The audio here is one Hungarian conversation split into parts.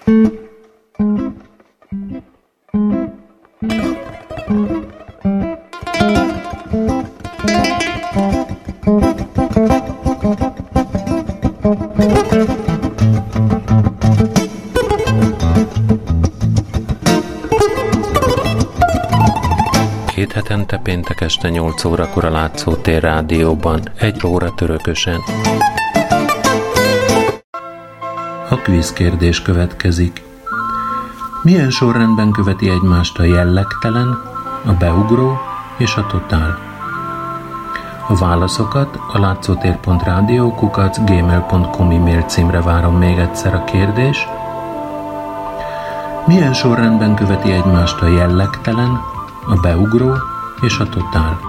Két hetente péntek este 8 órakor a Látszótér Rádióban, 1 óra törökösen. A kvízkérdés következik. Milyen sorrendben követi egymást a jellegtelen, a beugró és a totál? A válaszokat a látszótér.rádió@gmail.com e-mail címre várom még egyszer a kérdés. Milyen sorrendben követi egymást a jellegtelen, a beugró és a totál?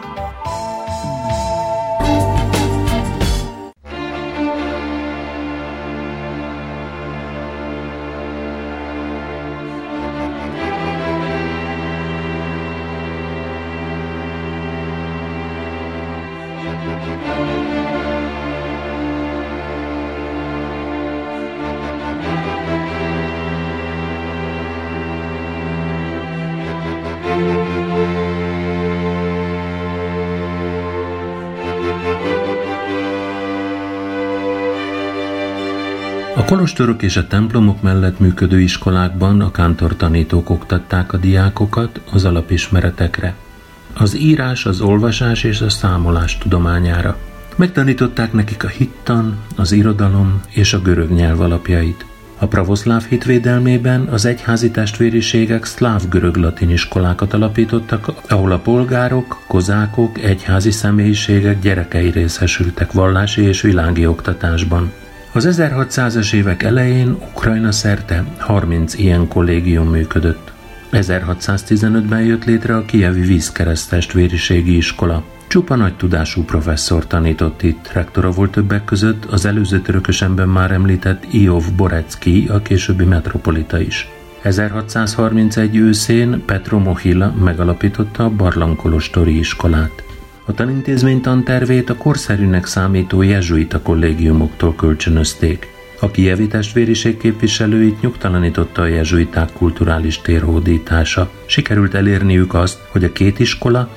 A kolostorok és a templomok mellett működő iskolákban a kántortanítók oktatták a diákokat az alapismeretekre, az írás, az olvasás és a számolás tudományára. Megtanították nekik a hittan, az irodalom és a görög nyelv alapjait. A pravoszláv hit védelmében az egyházi testvériségek szláv-görög-latin iskolákat alapítottak, ahol a polgárok, kozákok, egyházi személyiségek gyerekei részesültek vallási és világi oktatásban. Az 1600-as évek elején Ukrajna szerte 30 ilyen kollégium működött. 1615-ben jött létre a kijevi Vízkereszt testvériségi iskola. Csupa nagy tudású professzor tanított itt, rektora volt többek között az előző törökösenben már említett Iov Borecki, a későbbi metropolita is. 1631 őszén Petro Mohila megalapította a barlangkolostori iskolát. A tanintézmény tantervét a korszerűnek számító jezsuita kollégiumoktól kölcsönözték. A kijevi testvériség képviselőit nyugtalanította a jezsuiták kulturális térhódítása. Sikerült elérniük azt, hogy a két iskola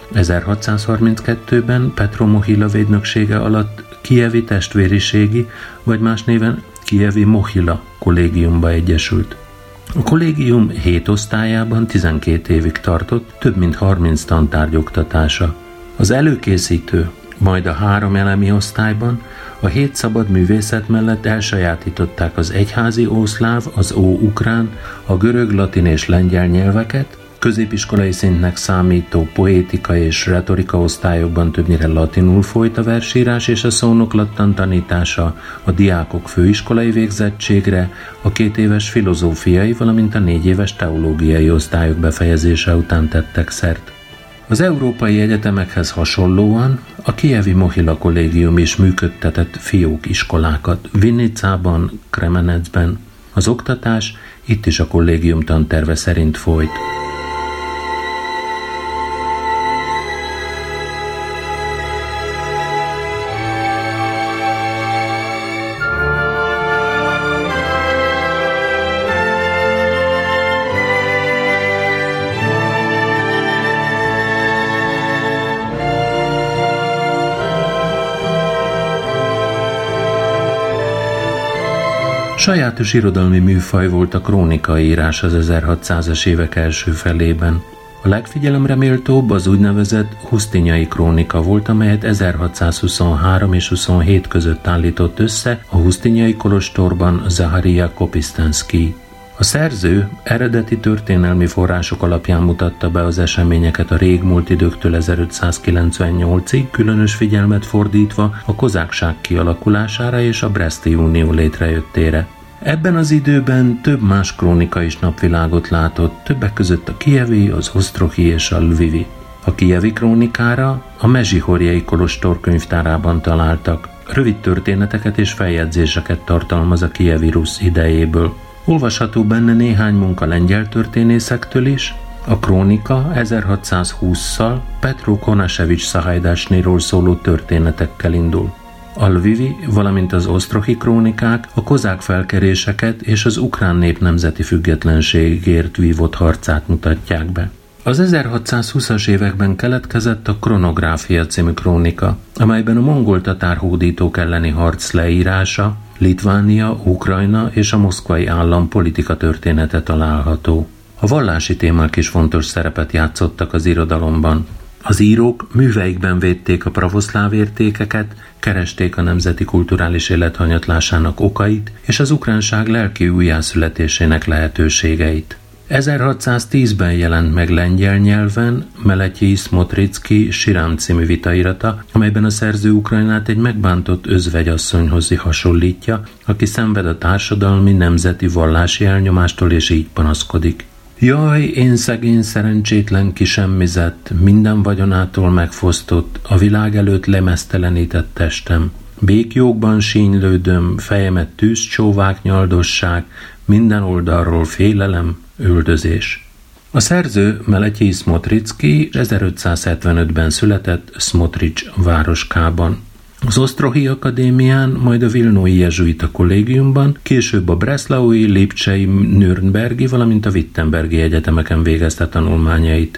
1632-ben Petro Mohila védnöksége alatt kijevi testvériségi, vagy más néven kijevi Mohila kollégiumba egyesült. A kollégium 7 osztályában 12 évig tartott, több mint 30 tantárgy oktatása. Az előkészítő, majd a 3 elemi osztályban a 7 szabad művészet mellett elsajátították az egyházi ószláv, az óukrán, a görög, latin és lengyel nyelveket, középiskolai szintnek számító poétika és retorika osztályokban többnyire latinul folyt a versírás és a szónoklattan tanítása, a diákok főiskolai végzettségre, a 2 éves filozófiai, valamint a 4 éves teológiai osztályok befejezése után tettek szert. Az európai egyetemekhez hasonlóan a kijevi Mohila kollégium is működtetett fiók iskolákat Vinnicában, Kremenecben. Az oktatás itt is a kollégium tanterve szerint folyt. Sajátos irodalmi műfaj volt a krónikaírás az 1600-as évek első felében. A legfigyelemre méltóbb az úgynevezett Husztinyai krónika volt, amelyet 1623 és 27 között állított össze a Husztinyai kolostorban Zaharia Kopisztenszkij. A szerző eredeti történelmi források alapján mutatta be az eseményeket a régmúlt időktől 1598-ig, különös figyelmet fordítva a kozákság kialakulására és a Breszti Unió létrejöttére. Ebben az időben több más krónika is napvilágot látott, többek között a kijevi, az osztrohi és a lvivi. A kijevi krónikára a Mezsihorjei kolostor könyvtárában találtak. Rövid történeteket és feljegyzéseket tartalmaz a kijevi Rusz idejéből. Olvasható benne néhány munka lengyel történészektől is. A krónika 1620-szal Petro Konasevics Szahajdásnyról szóló történetekkel indul. A lvivi, valamint az osztrohi krónikák a kozák felkeréseket és az ukrán nép nemzeti függetlenségért vívott harcát mutatják be. Az 1620-as években keletkezett a Kronográfia című krónika, amelyben a mongol-tatár hódítók elleni harc leírása, Litvánia, Ukrajna és a moszkvai állam politika története található. A vallási témák is fontos szerepet játszottak az irodalomban. Az írók műveikben védték a pravoszláv értékeket, keresték a nemzeti kulturális élet hanyatlásának okait és az ukránság lelki újjászületésének lehetőségeit. 1610-ben jelent meg lengyel nyelven Meletyi Smotricki Sirám című vitairata, amelyben a szerző Ukrajnát egy megbántott özvegyasszonyhoz hasonlítja, aki szenved a társadalmi, nemzeti, vallási elnyomástól és így panaszkodik. Jaj, én szegény, szerencsétlen kisemmizett, minden vagyonától megfosztott, a világ előtt lemeztelenített testem. Békjókban sínylődöm, fejemet tűzcsóvák nyaldossák, minden oldalról félelem, üldözés. A szerző Meletyi Smotricki 1575-ben született Smotrics városkában. Az Osztrohi Akadémián, majd a Vilnói jezsuita kollégiumban, később a breslaui, lipcsei, nürnbergi, valamint a wittenbergi egyetemeken végezte tanulmányait.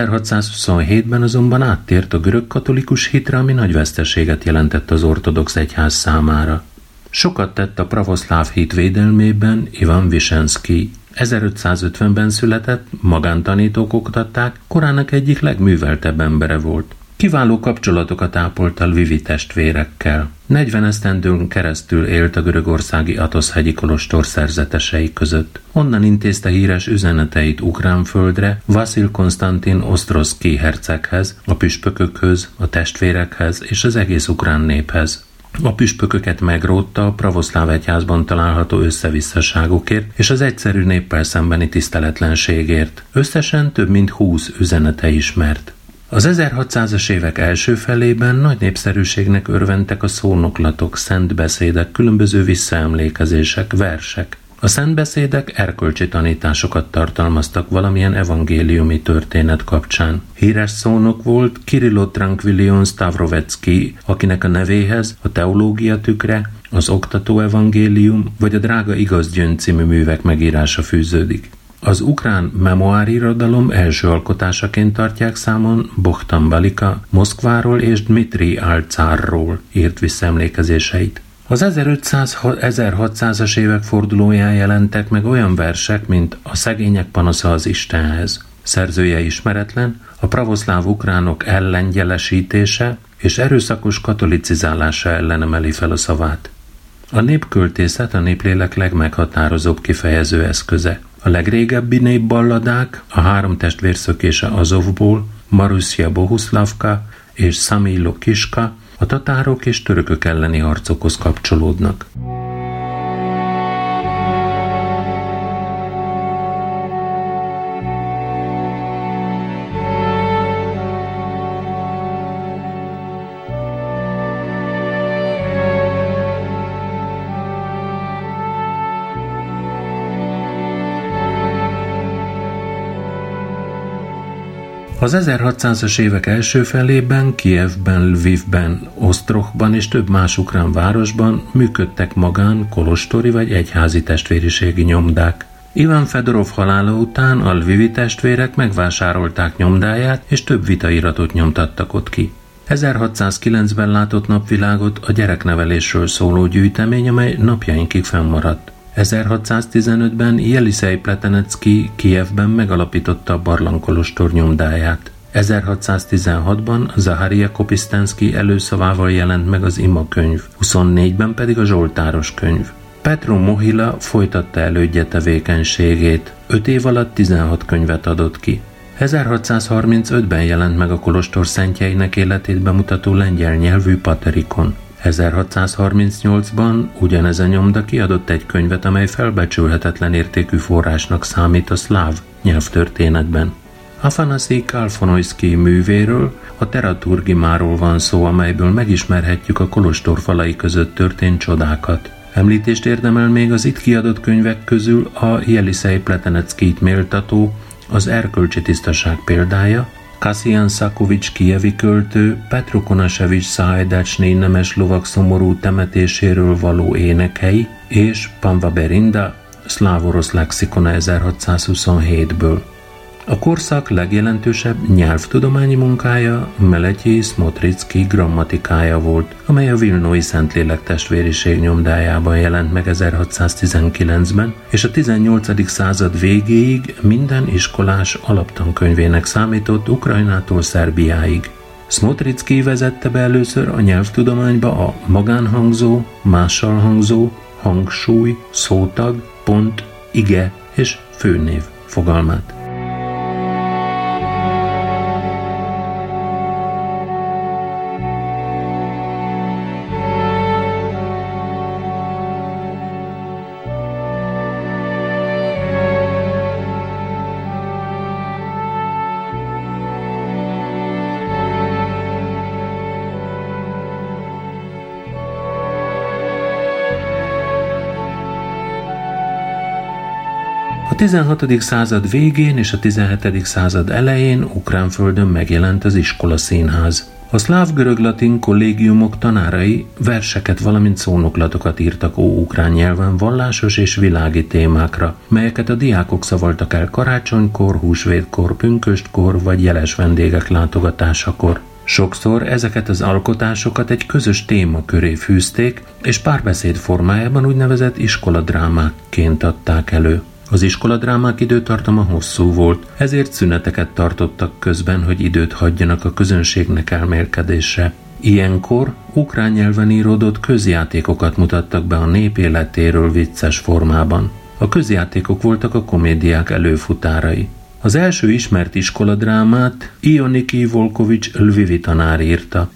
1627-ben azonban áttért a görögkatolikus hitre, ami nagy veszteséget jelentett az ortodox egyház számára. Sokat tett a pravoszláv hit védelmében Ivan Visenszky. 1550-ben született, magántanítók oktatták, korának egyik legműveltebb embere volt. Kiváló kapcsolatokat ápolt a lvivi testvérekkel. 40 esztendőn keresztül élt a görögországi Atosz-hegyi kolostor szerzetesei között. Onnan intézte híres üzeneteit Ukránföldre, Vasil Konstantin Osztroszki herceghez, a püspökökhöz, a testvérekhez és az egész ukrán néphez. A püspököket megrótta a pravoszláv egyházban található összevisszaságokért és az egyszerű néppel szembeni tiszteletlenségért. Összesen több mint 20 üzenete ismert. Az 1600-as évek első felében nagy népszerűségnek örventek a szónoklatok, szentbeszédek, különböző visszaemlékezések, versek. A szentbeszédek erkölcsi tanításokat tartalmaztak valamilyen evangéliumi történet kapcsán. Híres szónok volt Kirilló Tranquilion Stavrovecki, akinek a nevéhez a Teológia tükre, az Oktató evangélium vagy a Drága igazgyöngy című művek megírása fűződik. Az ukrán memoárirodalom első alkotásaként tartják számon Bohdan Balika Moszkváról és Dmitri Álcárról írt visszaemlékezéseit. Az 1500-1600-as évek fordulóján jelentek meg olyan versek, mint A szegények panasza az Istenhez. Szerzője ismeretlen, a pravoszláv ukránok ellengyelesítése és erőszakos katolicizálása ellen emeli fel a szavát. A népköltészet a néplélek legmeghatározóbb kifejező eszköze. A legrégebbi népballadák, a három testvér szökése Azovból, Marussia Bohuslavka és Samilo Kiska a tatárok és törökök elleni harcokhoz kapcsolódnak. Az 1600-as évek első felében Kijevben, Lvivben, Osztrohban és több más ukrán városban működtek magán, kolostori vagy egyházi testvériségi nyomdák. Ivan Fedorov halála után a lvivi testvérek megvásárolták nyomdáját és több vitairatot nyomtattak ott ki. 1609-ben látott napvilágot a gyereknevelésről szóló gyűjtemény, amely napjainkig fennmaradt. 1615-ben Jelisej Pletenecki Kijevben megalapította a barlangkolostor nyomdáját. 1616-ban Zaharia Kopisztenszki előszavával jelent meg az Ima könyv, 24-ben pedig a Zsoltáros könyv. Petro Mohila folytatta elődje tevékenységét, 5 év alatt 16 könyvet adott ki. 1635-ben jelent meg a kolostor szentjeinek életét bemutató lengyel nyelvű Paterikon. 1638-ban ugyanez a nyomda kiadott egy könyvet, amely felbecsülhetetlen értékű forrásnak számít a szláv nyelvtörténetben. Afanasi Kalfonojszki művéről, a Teraturgimáról van szó, amelyből megismerhetjük a kolostor falai között történt csodákat. Említést érdemel még az itt kiadott könyvek közül a Jelisej Pleteneckit méltató, az erkölcsi tisztaság példája, Kasian Szakovics kijevi költő Petro Konasevics Szahajdácsné nemes lovak szomorú temetéséről való énekei és Panva Berinda szláv-orosz lexikona 1627-ből. A korszak legjelentősebb nyelvtudományi munkája Meletyi Szmotricki grammatikája volt, amely a Vilnói Szentlélek Testvériség nyomdájában jelent meg 1619-ben, és a 18. század végéig minden iskolás alaptankönyvének számított Ukrajnától Szerbiáig. Szmotricki vezette be először a nyelvtudományba a magánhangzó, mássalhangzó, hangsúly, szótag, pont, ige és főnév fogalmát. A 16. század végén és a 17. század elején Ukránföldön megjelent az iskolaszínház. A szláv-görög-latin kollégiumok tanárai verseket, valamint szónoklatokat írtak óukrán nyelven vallásos és világi témákra, melyeket a diákok szavaltak el karácsonykor, húsvétkor, pünköstkor vagy jeles vendégek látogatásakor. Sokszor ezeket az alkotásokat egy közös téma köré fűzték, és párbeszéd formájában úgynevezett iskoladrámákként adták elő. Az iskoladrámák időtartama hosszú volt, ezért szüneteket tartottak közben, hogy időt hagyjanak a közönségnek elmélkedésre. Ilyenkor ukrán nyelven íródott közjátékokat mutattak be a nép életéről vicces formában. A közjátékok voltak a komédiák előfutárai. Az első ismert iskoladrámát Ioniki Volkovics Lvivi tanár írta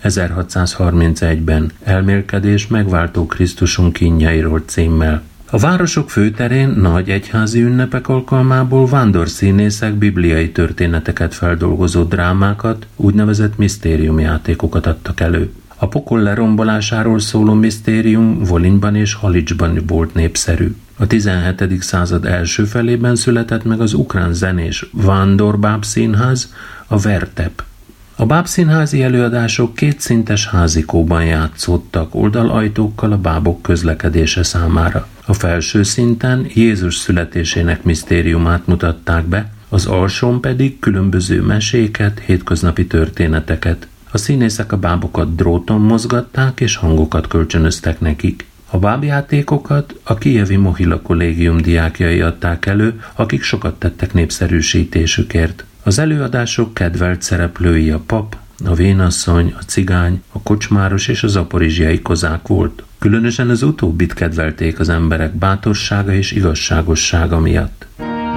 1631-ben, Elmélkedés megváltó Krisztusunk kínjairól címmel. A városok főterén nagy egyházi ünnepek alkalmából vándorszínészek bibliai történeteket feldolgozó drámákat, úgynevezett misztériumjátékokat adtak elő. A pokol lerombolásáról szóló misztérium Volynyban és Halicsban volt népszerű. A 17. század első felében született meg az ukrán zenés vándor-bábszínház, a Vertep. A bábszínházi előadások kétszintes házikóban játszódtak oldalajtókkal a bábok közlekedése számára. A felső szinten Jézus születésének misztériumát mutatták be, az alsón pedig különböző meséket, hétköznapi történeteket. A színészek a bábokat dróton mozgatták és hangokat kölcsönöztek nekik. A bábjátékokat a kijevi Mohila kollégium diákjai adták elő, akik sokat tettek népszerűsítésükért. Az előadások kedvelt szereplői a pap, a vénasszony, a cigány, a kocsmáros és a zaporizsiai kozák volt. Különösen az utóbbit kedvelték az emberek bátorsága és igazságossága miatt.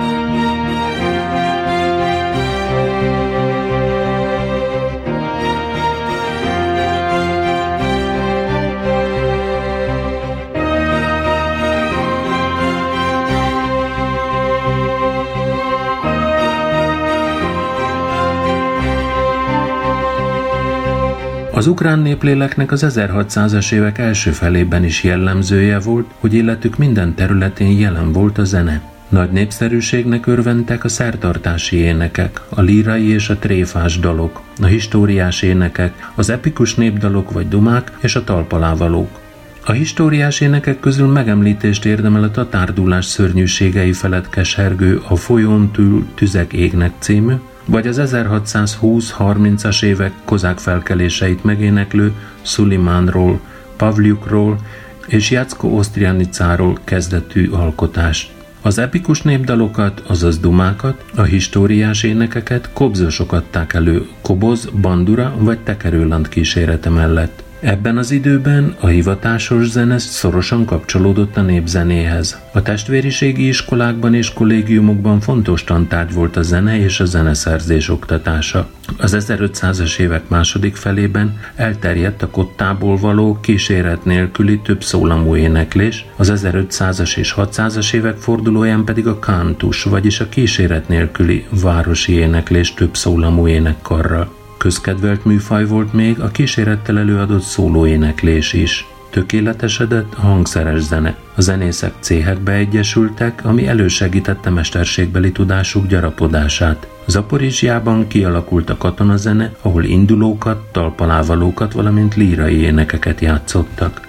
Az ukrán népléleknek az 1600-as évek első felében is jellemzője volt, hogy életük minden területén jelen volt a zene. Nagy népszerűségnek örventek a szertartási énekek, a lírai és a tréfás dalok, a históriás énekek, az epikus népdalok vagy dumák és a talpalávalók. A históriás énekek közül megemlítést érdemel a tatárdulás szörnyűségei felett kesergő A folyón túl tüzek égnek című, vagy az 1620-30-as évek kozák felkeléseit megéneklő Szulimánról, Pavliukról és Jacko Osztrianicáról kezdetű alkotást. Az epikus népdalokat, azaz dumákat, a históriás énekeket kobzosok adták elő koboz, bandura vagy tekerőland kísérete mellett. Ebben az időben a hivatásos zene szorosan kapcsolódott a népzenéhez. A testvériségi iskolákban és kollégiumokban fontos tantárgy volt a zene és a zeneszerzés oktatása. Az 1500-as évek második felében elterjedt a kottából való kíséret nélküli több szólamú éneklés, az 1500-as és 600-as évek fordulóján pedig a kántus, vagyis a kíséret nélküli városi éneklés több szólamú énekkarral. Közkedvelt műfaj volt még a kísérettel előadott szólóéneklés is. Tökéletesedett a hangszeres zene. A zenészek céhekbe egyesültek, ami elősegítette mesterségbeli tudásuk gyarapodását. Zaporizsjában kialakult a katonazene, ahol indulókat, talpalávalókat, valamint lírai énekeket játszottak.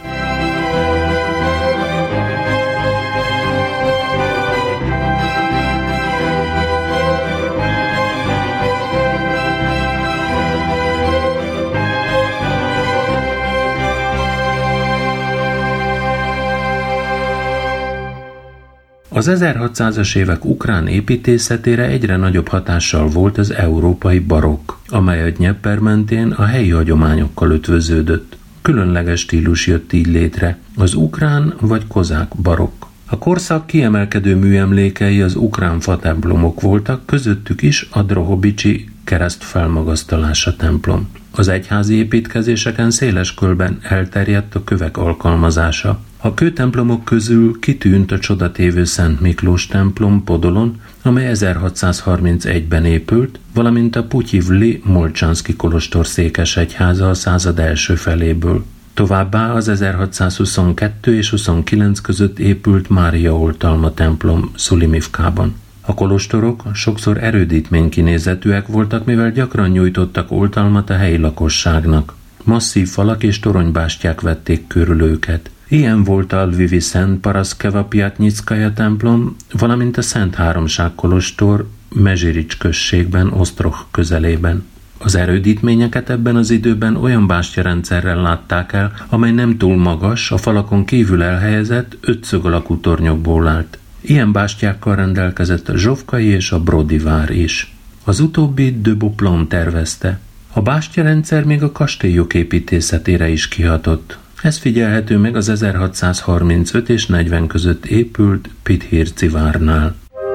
Az 1600-as évek ukrán építészetére egyre nagyobb hatással volt az európai barokk, amely a Dnyeper mentén a helyi hagyományokkal ötvöződött. Különleges stílus jött így létre, az ukrán vagy kozák barokk. A korszak kiemelkedő műemlékei az ukrán fatemplomok voltak, közöttük is a Drohobicsi kereszt felmagasztalása templom. Az egyházi építkezéseken széles körben elterjedt a kövek alkalmazása. A kőtemplomok közül kitűnt a csodatévő Szent Miklós templom Podolon, amely 1631-ben épült, valamint a Putyivli Molcsanszki kolostor székesegyháza a század első feléből. Továbbá az 1622 és 29 között épült Mária oltalma templom Szulimivkában. A kolostorok sokszor erődítménykinézetűek voltak, mivel gyakran nyújtottak oltalmat a helyi lakosságnak. Masszív falak és toronybástyák vették körül őket. Ilyen volt a Lvivi Szent Paraszkeva Pjatnyickaja templom, valamint a Szent Háromság kolostor Mezsirics községben, Osztroh közelében. Az erődítményeket ebben az időben olyan bástyarendszerrel látták el, amely nem túl magas, a falakon kívül elhelyezett, ötszög alakú tornyokból állt. Ilyen bástyákkal rendelkezett a Zsovkai és a Brody vár is. Az utóbbi de Bouplon tervezte. A bástyarendszer még a kastélyok építészetére is kihatott. Ez figyelhető meg az 1635 és 40 között épült Pithirci várnál.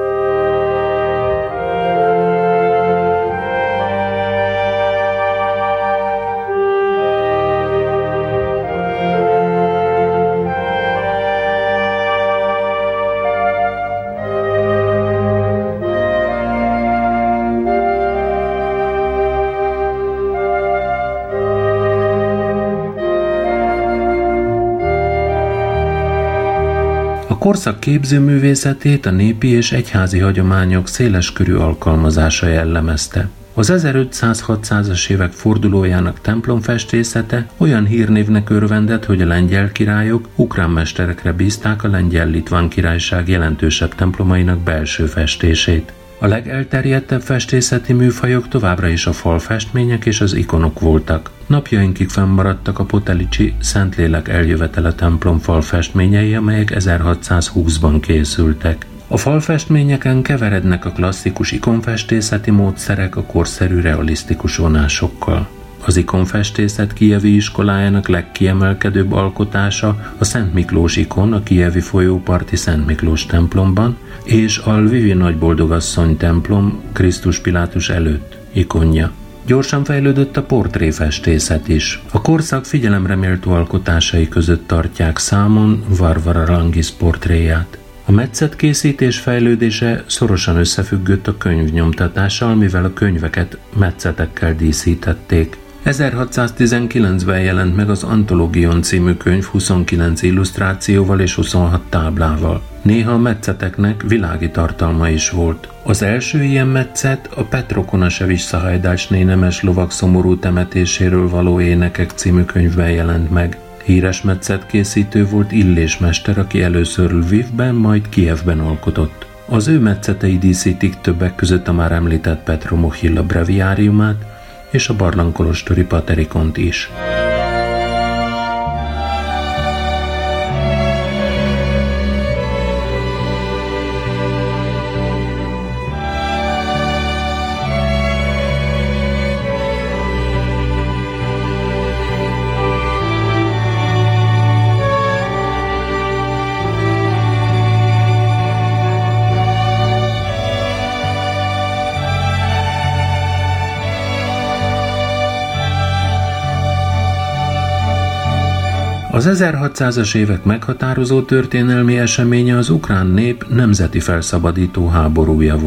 A korszak képzőművészetét a népi és egyházi hagyományok széleskörű alkalmazása jellemezte. Az 1500-600-as évek fordulójának templomfestészete olyan hírnévnek örvendett, hogy a lengyel királyok ukrán mesterekre bízták a Lengyel-Litván királyság jelentősebb templomainak belső festését. A legelterjedtebb festészeti műfajok továbbra is a falfestmények és az ikonok voltak. Napjainkig fennmaradtak a Potelicsi Szentlélek eljövetele templom falfestményei, amelyek 1620-ban készültek. A falfestményeken keverednek a klasszikus ikonfestészeti módszerek a korszerű realisztikus vonásokkal. Az ikonfestészet kijevi iskolájának legkiemelkedőbb alkotása a Szent Miklós ikon a kijevi folyóparti Szent Miklós templomban, és a Lvivi Nagyboldogasszony templom Krisztus Pilátus előtt ikonja. Gyorsan fejlődött a portréfestészet is. A korszak figyelemre méltó alkotásai között tartják számon Varvara Langis portréját. A metszetkészítés fejlődése szorosan összefüggött a könyvnyomtatással, mivel a könyveket metszetekkel díszítették. 1619-ben jelent meg az Antologion című könyv 29 illusztrációval és 26 táblával. Néha a metszeteknek világi tartalma is volt. Az első ilyen metszet a Petro Konasevics Szahajdácsné nemes lovak szomorú temetéséről való énekek című könyvben jelent meg. Híres metszetkészítő volt Illés mester, aki először Lvivben, majd Kijevben alkotott. Az ő metszetei díszítik többek között a már említett Petro Mohyla breviáriumát és a barlangkolostori Paterikont is. Az 1600-as évek meghatározó történelmi eseménye az ukrán nép nemzeti felszabadító háborúja volt.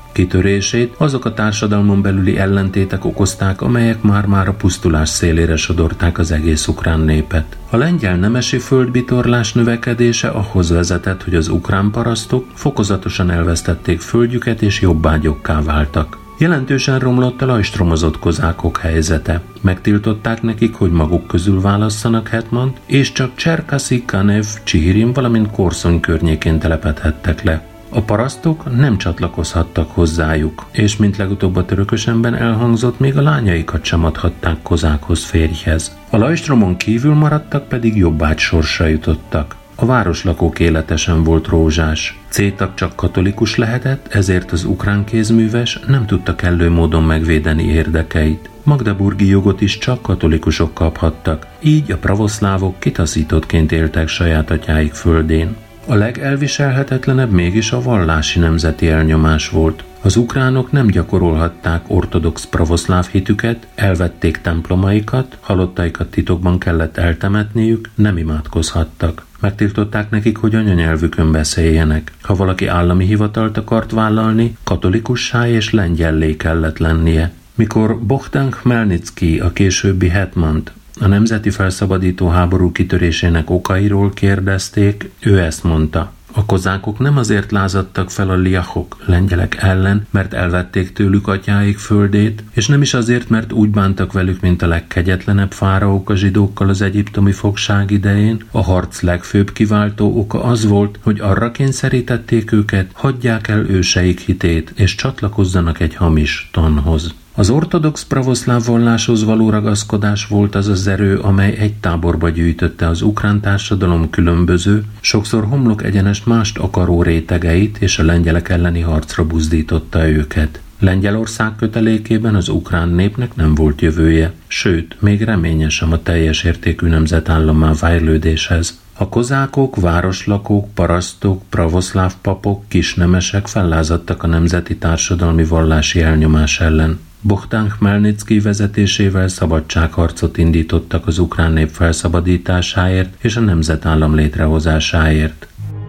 Kitörését azok a társadalmon belüli ellentétek okozták, amelyek már a pusztulás szélére sodorták az egész ukrán népet. A lengyel nemesi földbitorlás növekedése ahhoz vezetett, hogy az ukrán parasztok fokozatosan elvesztették földjüket és jobbágyokká váltak. Jelentősen romlott a lajstromozott kozákok helyzete. Megtiltották nekik, hogy maguk közül válasszanak hetmant, és csak Cserkaszi, Kanev, Csihirin, valamint Korszony környékén telepedhettek le. A parasztok nem csatlakozhattak hozzájuk, és mint legutóbb a Törökösenben elhangzott, még a lányaikat sem adhatták kozákhoz férjhez. A lajstromon kívül maradtak pedig jobbágy sorsra jutottak. A városlakók élete sem volt rózsás. Cétak csak katolikus lehetett, ezért az ukrán kézműves nem tudta kellő módon megvédeni érdekeit. Magdeburgi jogot is csak katolikusok kaphattak, így a pravoszlávok kitaszítottként éltek saját atyáik földén. A legelviselhetetlenebb mégis a vallási nemzeti elnyomás volt. Az ukránok nem gyakorolhatták ortodox pravoszláv hitüket, elvették templomaikat, halottaikat titokban kellett eltemetniük, nem imádkozhattak. Megtiltották nekik, hogy anyanyelvükön beszéljenek. Ha valaki állami hivatalt akart vállalni, katolikussá és lengyellé kellett lennie. Mikor Bohdan Khmelnycki, a későbbi hetmant, a nemzeti felszabadító háború kitörésének okairól kérdezték, ő ezt mondta: a kozákok nem azért lázadtak fel a liachok, lengyelek ellen, mert elvették tőlük atyáik földét, és nem is azért, mert úgy bántak velük, mint a legkegyetlenebb fáraók a zsidókkal az egyiptomi fogság idején. A harc legfőbb kiváltó oka az volt, hogy arra kényszerítették őket, hagyják el őseik hitét, és csatlakozzanak egy hamis tanhoz. Az ortodox pravoszláv valláshoz való ragaszkodás volt az az erő, amely egy táborba gyűjtötte az ukrán társadalom különböző, sokszor homlok egyenest mást akaró rétegeit, és a lengyelek elleni harcra buzdította őket. Lengyelország kötelékében az ukrán népnek nem volt jövője, sőt, még reménye sem a teljes értékű nemzetállammá fejlődéshez. A kozákok, városlakók, parasztok, pravoszláv papok, kisnemesek fellázadtak a nemzeti társadalmi vallási elnyomás ellen. Bohdan Khmelnycki vezetésével szabadságharcot indítottak az ukrán nép felszabadításáért és a nemzetállam létrehozásáért.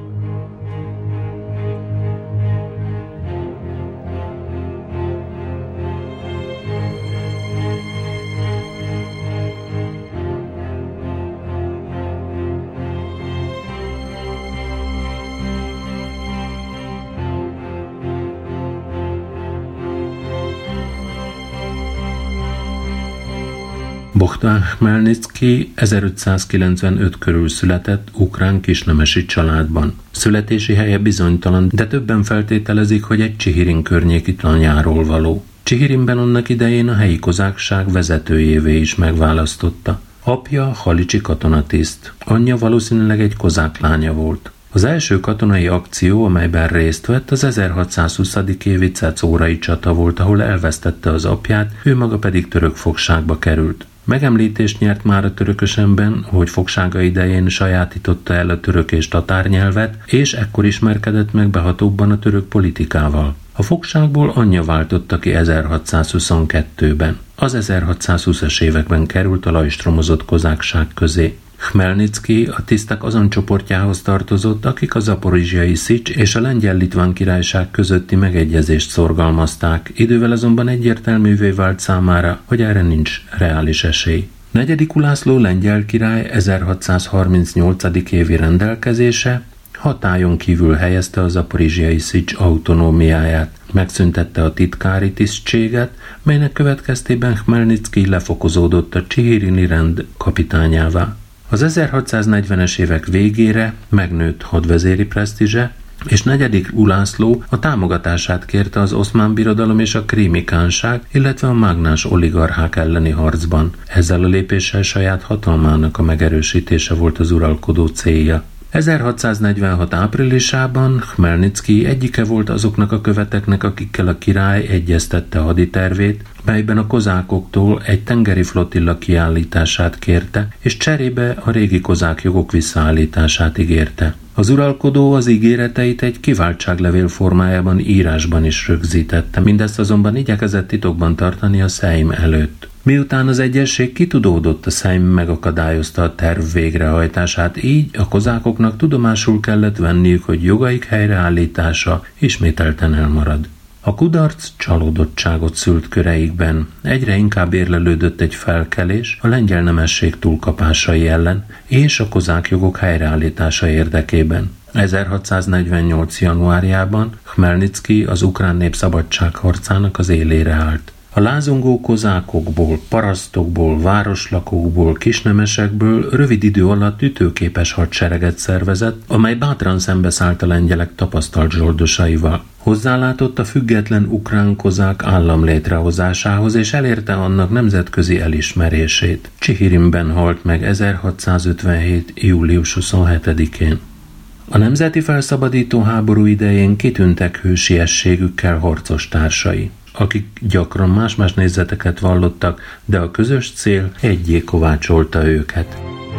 Bohdan Khmelnycki 1595 körül született ukrán kisnemesi családban. Születési helye bizonytalan, de többen feltételezik, hogy egy Csihirin környéki tanyáról való. Csihirinben annak idején a helyi kozákság vezetőjévé is megválasztotta. Apja halicsi katonatiszt, anyja valószínűleg egy kozák lánya volt. Az első katonai akció, amelyben részt vett, az 1620. évi cecórai csata volt, ahol elvesztette az apját, ő maga pedig török fogságba került. Megemlítést nyert már a Törökösenben, hogy fogsága idején sajátította el a török és tatár nyelvet, és ekkor ismerkedett meg behatóbban a török politikával. A fogságból anyja váltotta ki 1622-ben. Az 1620-as években került a lajstromozott kozákság közé. Khmelnycki a tisztek azon csoportjához tartozott, akik a zaporizsiai Szics és a Lengyel-Litván királyság közötti megegyezést szorgalmazták, idővel azonban egyértelművé vált számára, hogy erre nincs reális esély. Negyedik Ulászló lengyel király 1638. évi rendelkezése hatályon kívül helyezte a zaporizsiai Szics autonómiáját, megszüntette a titkári tisztséget, melynek következtében Khmelnycki lefokozódott a Csihirini rend kapitányává. Az 1640-es évek végére megnőtt hadvezéri presztízse, és negyedik Ulászló a támogatását kérte az Oszmán Birodalom és a Krími Kánság, illetve a mágnás oligarchák elleni harcban. Ezzel a lépéssel saját hatalmának a megerősítése volt az uralkodó célja. 1646 áprilisában Khmelnycki egyike volt azoknak a követeknek, akikkel a király egyeztette haditervét, melyben a kozákoktól egy tengeri flottilla kiállítását kérte, és cserébe a régi kozák jogok visszaállítását ígérte. Az uralkodó az ígéreteit egy kiváltságlevél formájában írásban is rögzítette, mindezt azonban igyekezett titokban tartani a Szejm előtt. Miután az egyezség kitudódott, a Szejm megakadályozta a terv végrehajtását, így a kozákoknak tudomásul kellett venniük, hogy jogaik helyreállítása ismételten elmarad. A A kudarc csalódottságot szült köreikben. Egyre inkább érlelődött egy felkelés a lengyel nemesség túlkapásai ellen és a kozák jogok helyreállítása érdekében. 1648. januárjában Khmelnycki az ukrán nép szabadságharcának az élére állt. A lázongó kozákokból, parasztokból, városlakókból, kisnemesekből rövid idő alatt ütőképes hadsereget szervezett, amely bátran szembeszállt a lengyelek tapasztalt zsoldosaival. Hozzálátott a független ukrán kozák állam létrehozásához, és elérte annak nemzetközi elismerését. Csihirinben halt meg 1657. július 27-én. A nemzeti felszabadító háború idején kitűntek hősiességükkel harcos társai, akik gyakran más-más nézeteket vallottak, de a közös cél egyé kovácsolta őket.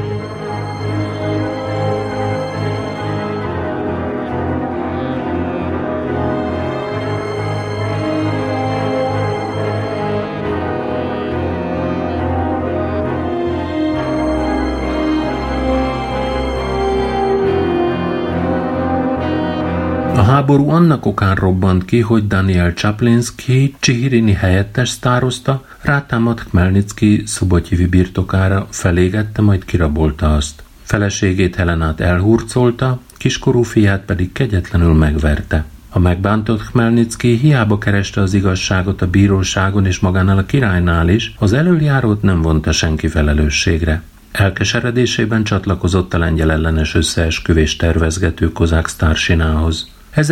A háború annak okán robbant ki, hogy Daniel Csaplinszky Csihirini helyettes sztározta, rátámadt Khmelnycki szubotyivi birtokára, felégette, majd kirabolta azt. Feleségét Helenát elhurcolta, kiskorú fiát pedig kegyetlenül megverte. A megbántott Khmelnycki hiába kereste az igazságot a bíróságon és magánál a királynál is, az elöljárót nem vonta senki felelősségre. Elkeseredésében csatlakozott a lengyel ellenes összeesküvés tervezgető kozák sztársinához.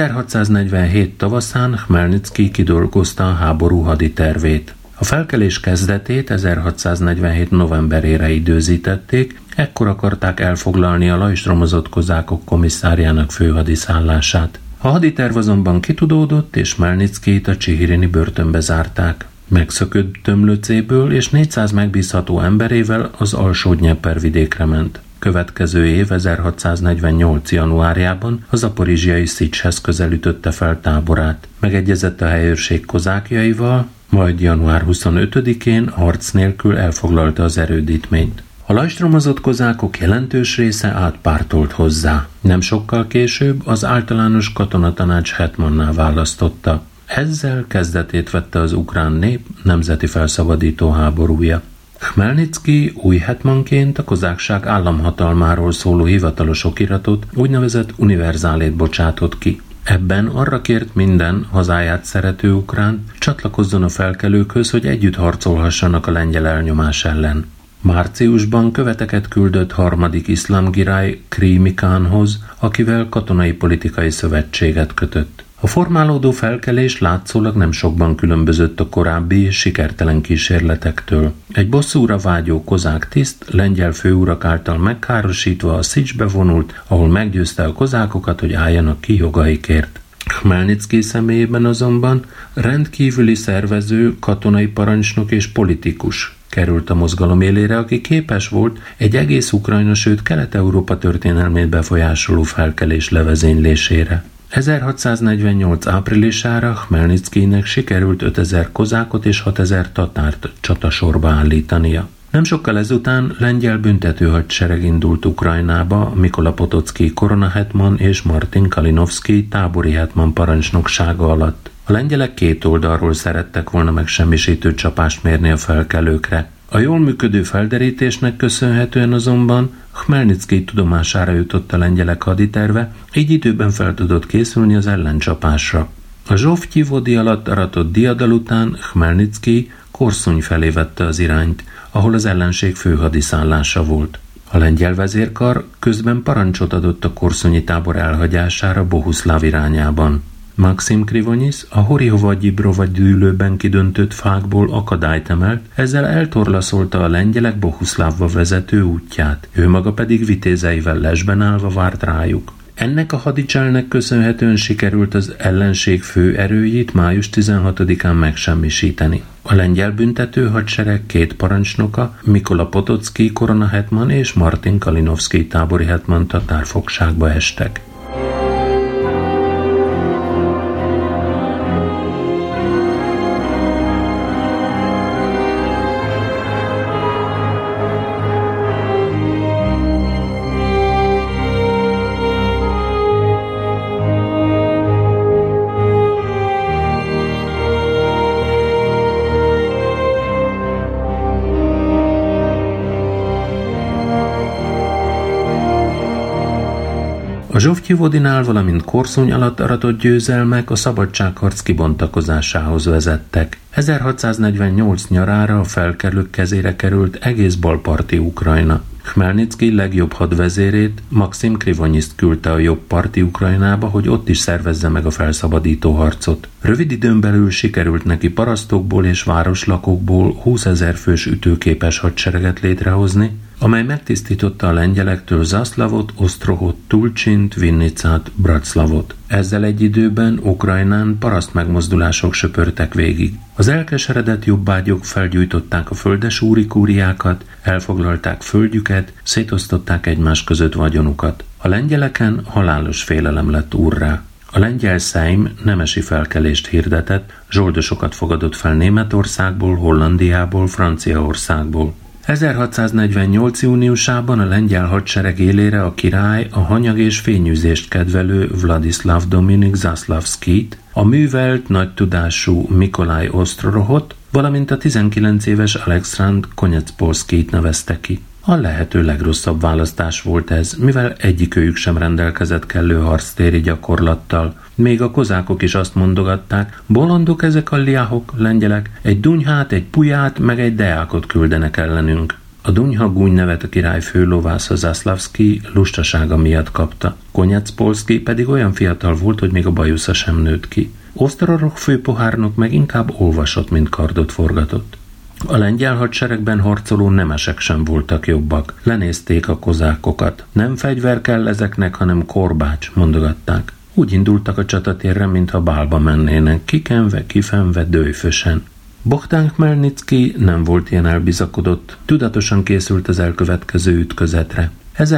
1647 tavaszán Khmelnycki kidolgozta a háború haditervét. A felkelés kezdetét 1647 novemberére időzítették, ekkor akarták elfoglalni a lajstromozott kozákok komisszárjának főhadiszállását. A haditerv azonban kitudódott, és Khmelnyckit a csihirini börtönbe zárták. Megszökött Tömlöcéből és 400 megbízható emberével az Alsó-Dnyeper vidékre ment. Következő év 1648. januárjában a zaporizsiai Szicshez közelítötte fel táborát. Megegyezett a helyőrség kozákjaival, majd január 25-én harc nélkül elfoglalta az erődítményt. A lajstromozott kozákok jelentős része átpártolt hozzá. Nem sokkal később az általános katonatanács hetmanná választotta. Ezzel kezdetét vette az ukrán nép nemzeti felszabadító háborúja. Khmelnycki új hetmanként a kozákság államhatalmáról szóló hivatalos okiratot, úgynevezett univerzálét bocsátott ki. Ebben arra kért minden hazáját szerető ukrán, csatlakozzon a felkelőkhöz, hogy együtt harcolhassanak a lengyel elnyomás ellen. Márciusban követeket küldött harmadik iszlámkirály Krími kánhoz, akivel katonai-politikai szövetséget kötött. A formálódó felkelés látszólag nem sokban különbözött a korábbi, sikertelen kísérletektől. Egy bosszúra vágyó kozák tiszt lengyel főurak által megkárosítva a Szicsbe vonult, ahol meggyőzte a kozákokat, hogy álljanak ki jogaikért. Khmelnycki személyében azonban rendkívüli szervező, katonai parancsnok és politikus került a mozgalom élére, aki képes volt egy egész Ukrajna, sőt Kelet-Európa történelmét befolyásoló felkelés levezénylésére. 1648. áprilisára Khmelnyckinek sikerült 5000 kozákot és 6000 tatárt csatasorba állítania. Nem sokkal ezután lengyel büntetőhadsereg indult Ukrajnába Mikola Potocki koronahetman és Martin Kalinowski tábori hetman parancsnoksága alatt. A lengyelek két oldalról szerettek volna megsemmisítő csapást mérni a felkelőkre. A jól működő felderítésnek köszönhetően azonban Khmelnycki tudomására jutott a lengyelek haditerve, így időben fel tudott készülni az ellencsapásra. A Zsóftyivodi alatt aratott diadal után Khmelnycki Korszony felé vette az irányt, ahol az ellenség főhadiszállása volt. A lengyel vezérkar közben parancsot adott a korszonyi tábor elhagyására Bohuszláv irányában. Maxim Krivonyis a Horihovagyibrova dűlőben kidöntött fákból akadályt emelt, ezzel eltorlaszolta a lengyelek Bohuszlávba vezető útját, ő maga pedig vitézeivel lesben állva várt rájuk. Ennek a hadicselnek köszönhetően sikerült az ellenség fő erőjét május 16-án megsemmisíteni. A lengyel büntető hadsereg két parancsnoka, Mikola Potocki koronahetman és Martin Kalinowski tábori hetman tatárfogságba estek. A Zsovtyi-Vodinál, valamint Korszony alatt aratott győzelmek a szabadságharc kibontakozásához vezettek. 1648 nyarára a felkelők kezére került egész balparti Ukrajna. Khmelnycki legjobb hadvezérét, Maxim Krivonyiszt küldte a jobb parti Ukrajnába, hogy ott is szervezze meg a felszabadító harcot. Rövid időn belül sikerült neki parasztokból és városlakókból 20 000 fős ütőképes hadsereget létrehozni, amely megtisztította a lengyelektől Zászlavot, Osztrohot, Tulcsint, Vinnicát, Braclavot. Ezzel egy időben Ukrajnán paraszt megmozdulások söpörtek végig. Az elkeseredett jobbágyok felgyújtották a földesúri kúriákat, elfoglalták földjüket, szétosztották egymás között vagyonukat. A lengyeleken halálos félelem lett úrrá. A lengyel Szejm nemesi felkelést hirdetett, zsoldosokat fogadott fel Németországból, Hollandiából, Franciaországból. 1648. júniusában a lengyel hadsereg élére a király a hanyag és fényűzést kedvelő Vladislav Dominik Zászlavszkijt, a művelt, nagy tudású Mikolaj Osztrorohot, valamint a 19 éves Alekszandr Konyecpolszkijt nevezte ki. A lehető legrosszabb választás volt ez, mivel egyikőjük sem rendelkezett kellő harctéri gyakorlattal. Még a kozákok is azt mondogatták, bolondok ezek a liáhok, lengyelek, egy dunyhát, egy puját, meg egy deákot küldenek ellenünk. A dunyha gúny nevet a király főlovásza Zászlavszkij lustasága miatt kapta. Konyecpolszkij pedig olyan fiatal volt, hogy még a bajusza sem nőtt ki. Osztrorok főpohárnok meg inkább olvasott, mint kardot forgatott. A lengyel hadseregben harcoló nemesek sem voltak jobbak. Lenézték a kozákokat. Nem fegyver kell ezeknek, hanem korbács, mondogatták. Úgy indultak a csatatérre, mintha bálba mennének, kikenve, kifenve, dőfösen. Bohdán Khmelnycki nem volt ilyen elbizakodott, tudatosan készült az elkövetkező ütközetre.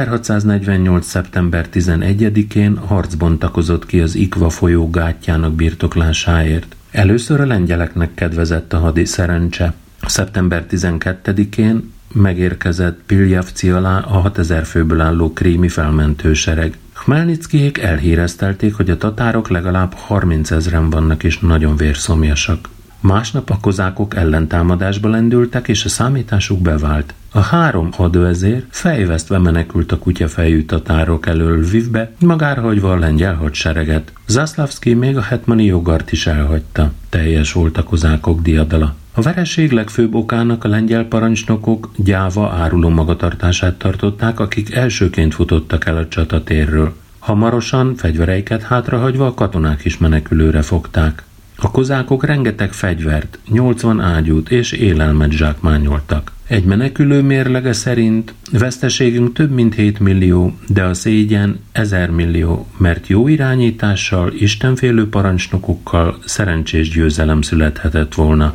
1648. szeptember 11-én harcbontakozott ki az Ikva folyó gátjának birtoklásáért. Először a lengyeleknek kedvezett a hadi szerencse. Szeptember 12-én megérkezett Piljavci alá a 6000 főből álló krími felmentősereg. Khmelnyckiék elhíreztelték, hogy a tatárok legalább 30 000-en vannak és nagyon vérszomjasak. Másnap a kozákok ellentámadásba lendültek, és a számításuk bevált. A 3 hadvezér fejvesztve menekült a kutyafejű tatárok elől Lvivbe, magára hagyva a lengyel hadsereget. Zászlavszkij még a hetmani jogart is elhagyta. Teljes volt a kozákok diadala. A vereség legfőbb okának a lengyel parancsnokok gyáva áruló magatartását tartották, akik elsőként futottak el a csatatérről. Hamarosan, fegyvereiket hátrahagyva a katonák is menekülőre fogták. A kozákok rengeteg fegyvert, 80 ágyút és élelmet zsákmányoltak. Egy menekülő mérlege szerint veszteségünk több mint 7 millió, de a szégyen 1000 millió, mert jó irányítással, istenfélő parancsnokokkal szerencsés győzelem születhetett volna.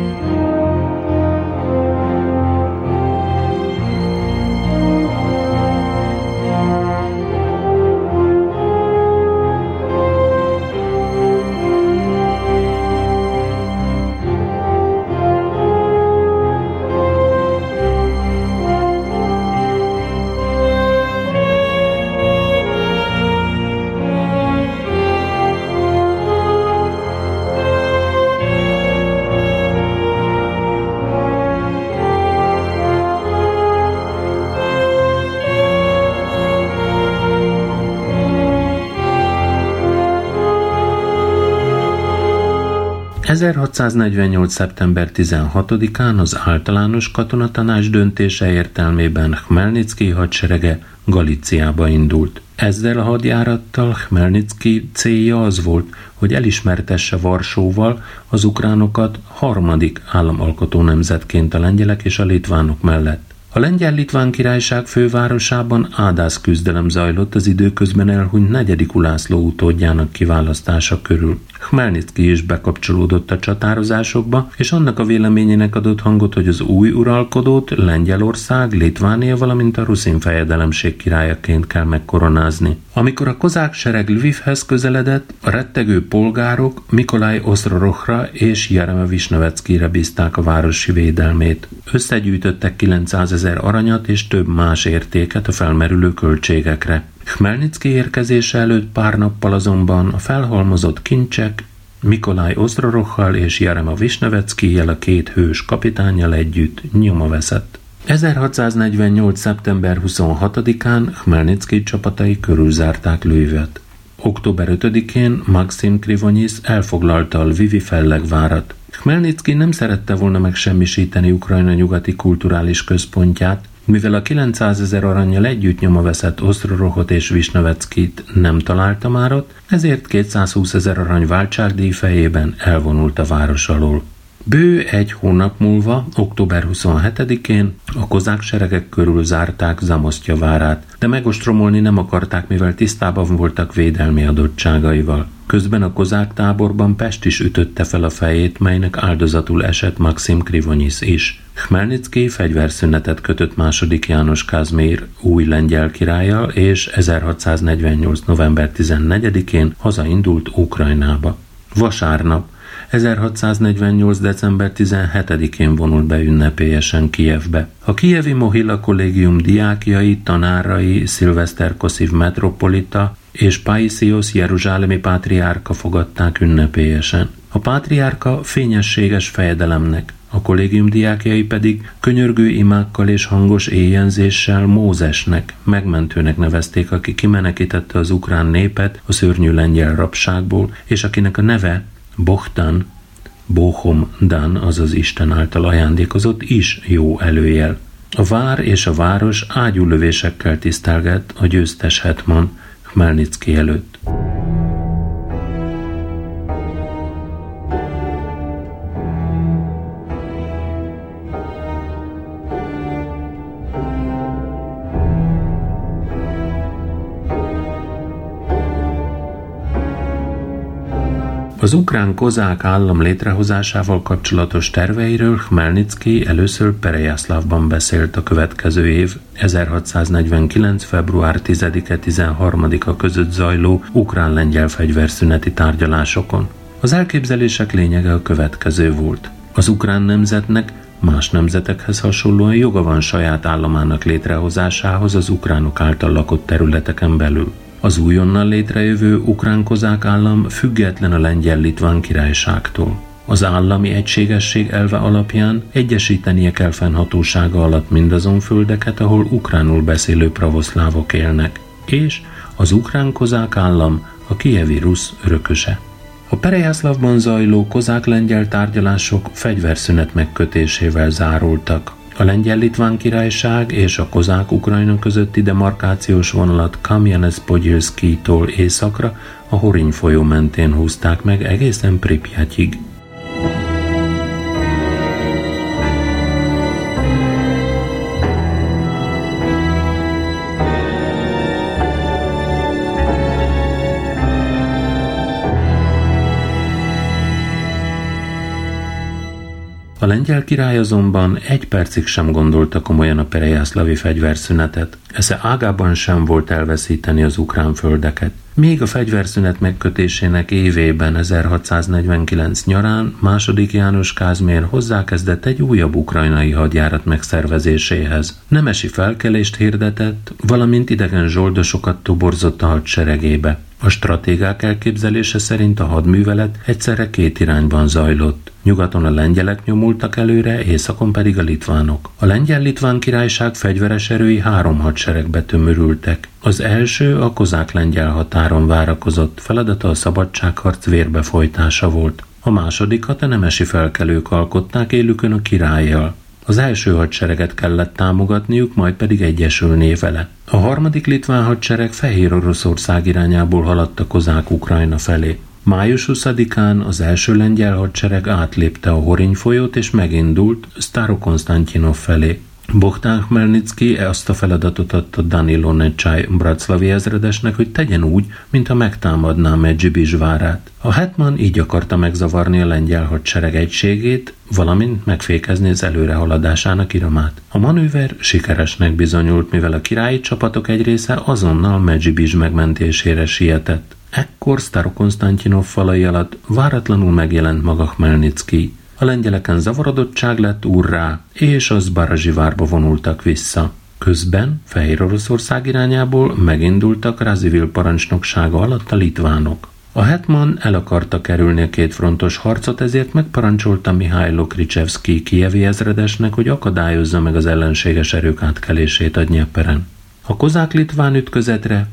...1648. szeptember 16-án az általános katonatanács döntése értelmében Khmelnycki hadserege Galíciába indult. Ezzel a hadjárattal Khmelnycki célja az volt, hogy elismertesse Varsóval az ukránokat harmadik államalkotó nemzetként a lengyelek és a litvánok mellett. A Lengyel-Litván Királyság fővárosában ádász küzdelem zajlott az időközben elhunyt 4. Ulászló utódjának kiválasztása körül. Khmelnycki is bekapcsolódott a csatározásokba, és annak a véleményének adott hangot, hogy az új uralkodót Lengyelország, Litvánia, valamint a ruszin fejedelemség királyaként kell megkoronázni. Amikor a kozák sereg Lvivhez közeledett, a rettegő polgárok Mikolaj Osztrorohra és Jereme Visneveckijre bízták a városi védelmét. Összegyűjtöttek 900 000 aranyat és több más értéket a felmerülő költségekre. Khmelnycki érkezése előtt pár nappal azonban a felhalmozott kincsek Mikolaj Osztrorohhal és Jereme Visneveckijjel, a 2 hős kapitánnyal együtt nyoma veszett. 1648. szeptember 26-án Khmelnytszkij csapatai körülzárták Lvivet. Október 5-én Maxim Krivonyis elfoglalta a lvivi fellegvárat. Khmelnytszkij nem szerette volna megsemmisíteni Ukrajna nyugati kulturális központját, mivel a 900 000 arannyal együtt nyoma veszett Osztrorohot és Visnyeveckit nem találta már ott, ezért 220 000 arany váltságdíj fejében elvonult a város alól. Bő egy hónap múlva, október 27-én a kozák seregek körül zárták Zamosztya várát, de megostromolni nem akarták, mivel tisztában voltak védelmi adottságaival. Közben a kozák táborban Pest is ütötte fel a fejét, melynek áldozatul esett Maxim Krivonyis is. Khmelnytszkij fegyverszünetet kötött II. János Kázmér új lengyel királlyal, és 1648. november 14-én hazaindult Ukrajnába. Vasárnap, 1648. december 17-én vonult be ünnepélyesen Kijevbe. A kijevi Mohila kollégium diákjai, tanárai, Szilveszter Kosziv metropolita és Paisios jeruzsálemi pátriárka fogadták ünnepélyesen. A pátriárka fényességes fejedelemnek, a kollégium diákjai pedig könyörgő imákkal és hangos éjjenzéssel Mózesnek, megmentőnek nevezték, aki kimenekítette az ukrán népet a szörnyű lengyel rabságból, és akinek a neve Bohdan, Bohom-dan, azaz Isten által ajándékozott is jó előjel. A vár és a város ágyúlövésekkel tisztelgett a győztes hetman Khmelnytszkij előtt. Az ukrán kozák állam létrehozásával kapcsolatos terveiről Khmelnytszkij először Perejászlavban beszélt a következő év 1649. február 10-13-a között zajló ukrán-lengyel fegyverszüneti tárgyalásokon. Az elképzelések lényege a következő volt. Az ukrán nemzetnek más nemzetekhez hasonlóan joga van saját államának létrehozásához az ukránok által lakott területeken belül. Az újonnan létrejövő ukrán-kozák állam független a lengyel-litván királyságtól. Az állami egységesség elve alapján egyesítenie kell fennhatósága alatt mindazon földeket, ahol ukránul beszélő pravoszlávok élnek, és az ukrán-kozák állam a kijevi rusz örököse. A Perejászlavban zajló kozák-lengyel tárgyalások fegyverszünet megkötésével zárultak. A lengyel-litván királyság és a kozák Ukrajna közötti demarkációs vonalat Kamjanec-Podilszkijtól északra a Horiny folyó mentén húzták meg egészen Pripyatig. A lengyel király azonban egy percig sem gondolta komolyan a perejászlavi fegyverszünetet. Esze ágában sem volt elveszíteni az ukrán földeket. Még a fegyverszünet megkötésének évében, 1649 nyarán II. János Kázmér hozzákezdett egy újabb ukrajnai hadjárat megszervezéséhez. Nemesi felkelést hirdetett, valamint idegen zsoldosokat toborzott a hadseregébe. A stratégák elképzelése szerint a hadművelet egyszerre két irányban zajlott. Nyugaton a lengyelek nyomultak előre, északon pedig a litvánok. A lengyel-litván királyság fegyveres erői három hadseregbe tömörültek. Az első a kozák-lengyel határon várakozott, feladata a szabadságharc vérbefolytása volt. A másodikat a nemesi felkelők alkották élükön a királlyal. Az első hadsereget kellett támogatniuk, majd pedig egyesülné vele. A harmadik litván hadsereg Fehér Oroszország irányából haladt a kozák Ukrajna felé. Május 20-án az első lengyel hadsereg átlépte a Horiny folyót és megindult Starokonstantyinov felé. Bohdan Khmelnytszkij azt a feladatot adta Danilo Necsaj braclavi ezredesnek, hogy tegyen úgy, mintha megtámadná Medzsibizs várát. A hetman így akarta megzavarni a lengyel hadsereg egységét, valamint megfékezni az előrehaladásának iramát. A manőver sikeresnek bizonyult, mivel a királyi csapatok egy része azonnal Medzsibizs megmentésére sietett. Ekkor Starokonstantyinov falai alatt váratlanul megjelent maga Khmelnytszkij. A lengyeleken zavarodottság lett úrrá, és az Zbarazsivárba vonultak vissza. Közben Fehér Oroszország irányából megindultak Radzivill parancsnoksága alatt a litvánok. A hetman el akarta kerülni a kétfrontos harcot, ezért megparancsolta Mihailo Krichevszkij kijevi ezredesnek, hogy akadályozza meg az ellenséges erők átkelését a Dnyeperen. A kozák-litván ütközetre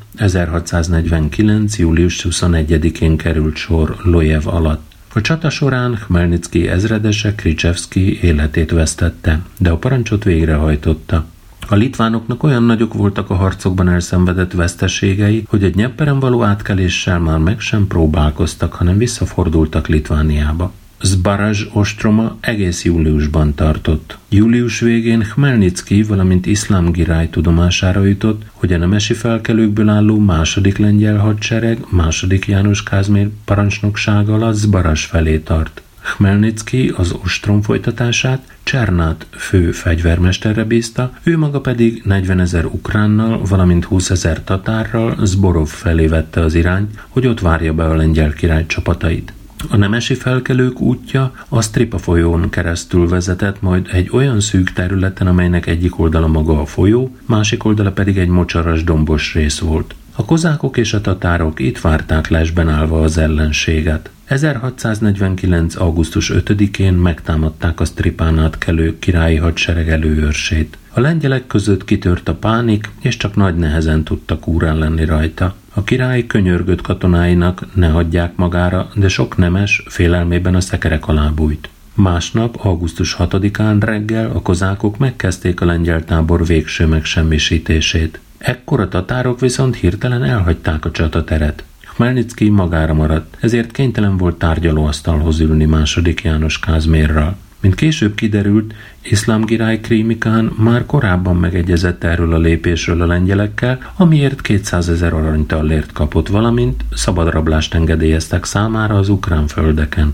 1649. július 21-én került sor Lojev alatt. A csata során Khmelnyckyj ezredese Krichevszkij életét vesztette, de a parancsot végrehajtotta. A litvánoknak olyan nagyok voltak a harcokban elszenvedett veszteségei, hogy a Dnyeperen való átkeléssel már meg sem próbálkoztak, hanem visszafordultak Litvániába. Zbaraj ostroma egész júliusban tartott. Július végén Khmelnyckyj, valamint Iszlám Giráj tudomására jutott, hogy a nemesi felkelőkből álló második lengyel hadsereg második János Kázmér parancsnoksága alatt Zbaraj felé tart. Khmelnyckyj az ostrom folytatását Csernát fő fegyvermesterre bízta, ő maga pedig 40 000 ukránnal, valamint 20 000 tatárral Zborov felé vette az irányt, hogy ott várja be a lengyel király csapatait. A nemesi felkelők útja a Stripa folyón keresztül vezetett, majd egy olyan szűk területen, amelynek egyik oldala maga a folyó, másik oldala pedig egy mocsaras dombos rész volt. A kozákok és a tatárok itt várták lesben állva az ellenséget. 1649. augusztus 5-én megtámadták a Stripán átkelő királyi hadsereg előőrsét. A lengyelek között kitört a pánik, és csak nagy nehezen tudtak úrán lenni rajta. A király könyörgött katonáinak, ne hagyják magára, de sok nemes félelmében a szekerek alá bújt. Másnap, augusztus 6-án reggel a kozákok megkezdték a lengyel tábor végső megsemmisítését. Ekkor a tatárok viszont hirtelen elhagyták a csatateret. Khmelnyckyj magára maradt, ezért kénytelen volt tárgyalóasztalhoz ülni második János Kázmérral. Mint később kiderült, Iszlám Giráj Krímikán már korábban megegyezett erről a lépésről a lengyelekkel, amiért 200 000 aranytallért kapott, valamint szabadrablást engedélyeztek számára az ukrán földeken.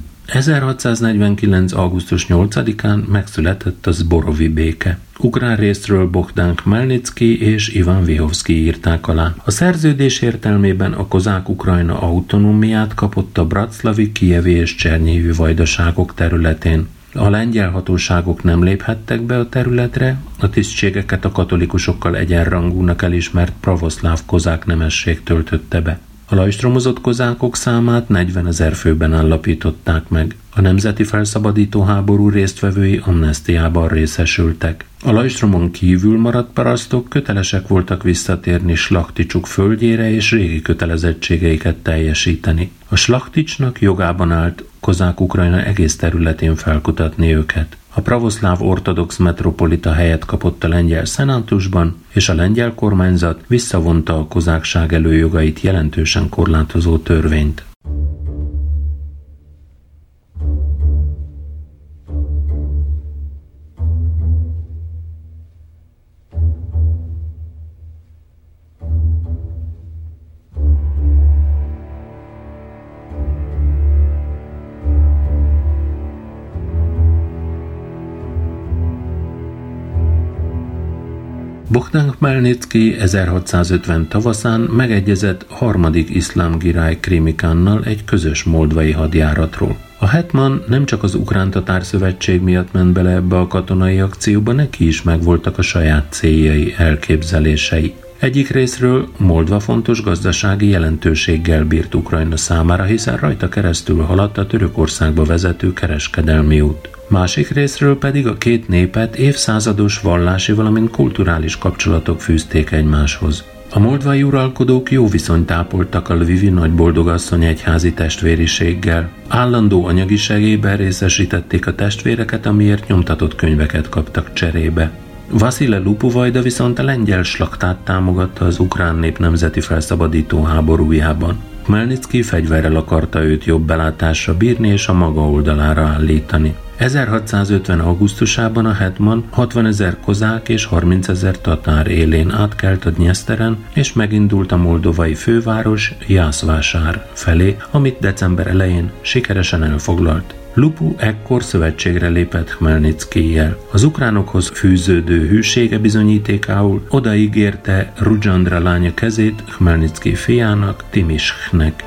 1649. augusztus 8-án megszületett a Zborovi béke. Ukrán részről Bohdán Khmelnyckyj és Ivan Vyhovszkij írták alá. A szerződés értelmében a kozák Ukrajna autonómiát kapott a Bratszlavi, Kijevi és Csernyihivi vajdaságok területén. A lengyel hatóságok nem léphettek be a területre, a tisztségeket a katolikusokkal egyenrangúnak elismert pravoszláv kozák nemesség töltötte be. A lajstromozott kozákok számát 40 000 főben állapították meg. A nemzeti felszabadító háború résztvevői amnesztiában részesültek. A lajstromon kívül maradt parasztok kötelesek voltak visszatérni Slachticsuk földjére és régi kötelezettségeiket teljesíteni. A Slachticsnak jogában állt kozák Ukrajna egész területén felkutatni őket. A pravoszláv ortodox metropolita helyet kapott a lengyel szenátusban, és a lengyel kormányzat visszavonta a kozákság előjogait jelentősen korlátozó törvényt. Bohdán Khmelnyckyj 1650 tavaszán megegyezett harmadik Iszlám Giráj Krímikánnal egy közös moldvai hadjáratról. A hetman nem csak az ukrán-tatár szövetség miatt ment bele ebbe a katonai akcióba, neki is megvoltak a saját céljai, elképzelései. Egyik részről Moldva fontos gazdasági jelentőséggel bírt Ukrajna számára, hiszen rajta keresztül haladt a Törökországba vezető kereskedelmi út. Másik részről pedig a két népet évszázados vallási, valamint kulturális kapcsolatok fűzték egymáshoz. A moldvai uralkodók jó viszonyt ápoltak a lvivi nagyboldogasszony egyházi testvériséggel. Állandó anyagi segélyben részesítették a testvéreket, amiért nyomtatott könyveket kaptak cserébe. Vasile Lupuvajda viszont a lengyel slaktát támogatta az ukrán nép nemzeti felszabadító háborújában. Khmelnyckyj fegyverrel akarta őt jobb belátásra bírni és a maga oldalára állítani. 1650. augusztusában a hetman 60 000 kozák és 30 000 tatár élén átkelt a Dnyeszteren, és megindult a moldovai főváros Jászvásár felé, amit december elején sikeresen elfoglalt. Lupu ekkor szövetségre lépett Khmelnyckyjjel. Az ukránokhoz fűződő hűsége bizonyítékául odaígérte Rudjandra lánya kezét Khmelnyckyj fiának, Timishnek.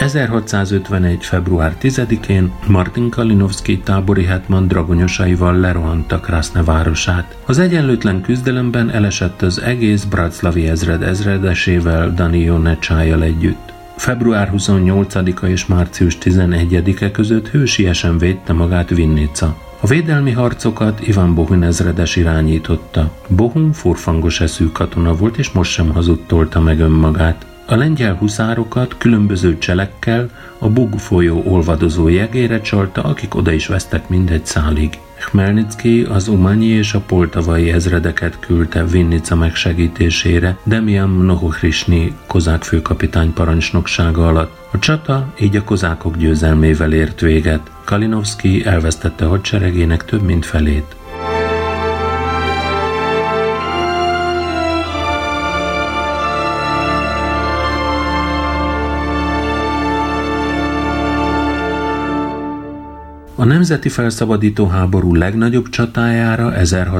1651. február 10-én Martin Kalinovszky tábori hetman dragonyosaival lerohantak Krasne városát. Az egyenlőtlen küzdelemben elesett az egész Bratszlavi ezred ezredesével, Danilo Necsájjal együtt. Február 28-a és március 11-e között hősiesen védte magát Vinnica. A védelmi harcokat Ivan Bohun ezredes irányította. Bohun furfangos eszű katona volt, és most sem hazudtolta meg önmagát. A lengyel huszárokat különböző cselekkel a Bug folyó olvadozó jegére csalta, akik oda is vesztek mindegy szálig. Khmelnycki az umanyi és a poltavai ezredeket küldte Vinnica megsegítésére Demian Mnohochrisny kozák főkapitány parancsnoksága alatt. A csata így a kozákok győzelmével ért véget. Kalinovszky elvesztette hadseregének több mint felét. A nemzeti felszabadító háború legnagyobb csatájára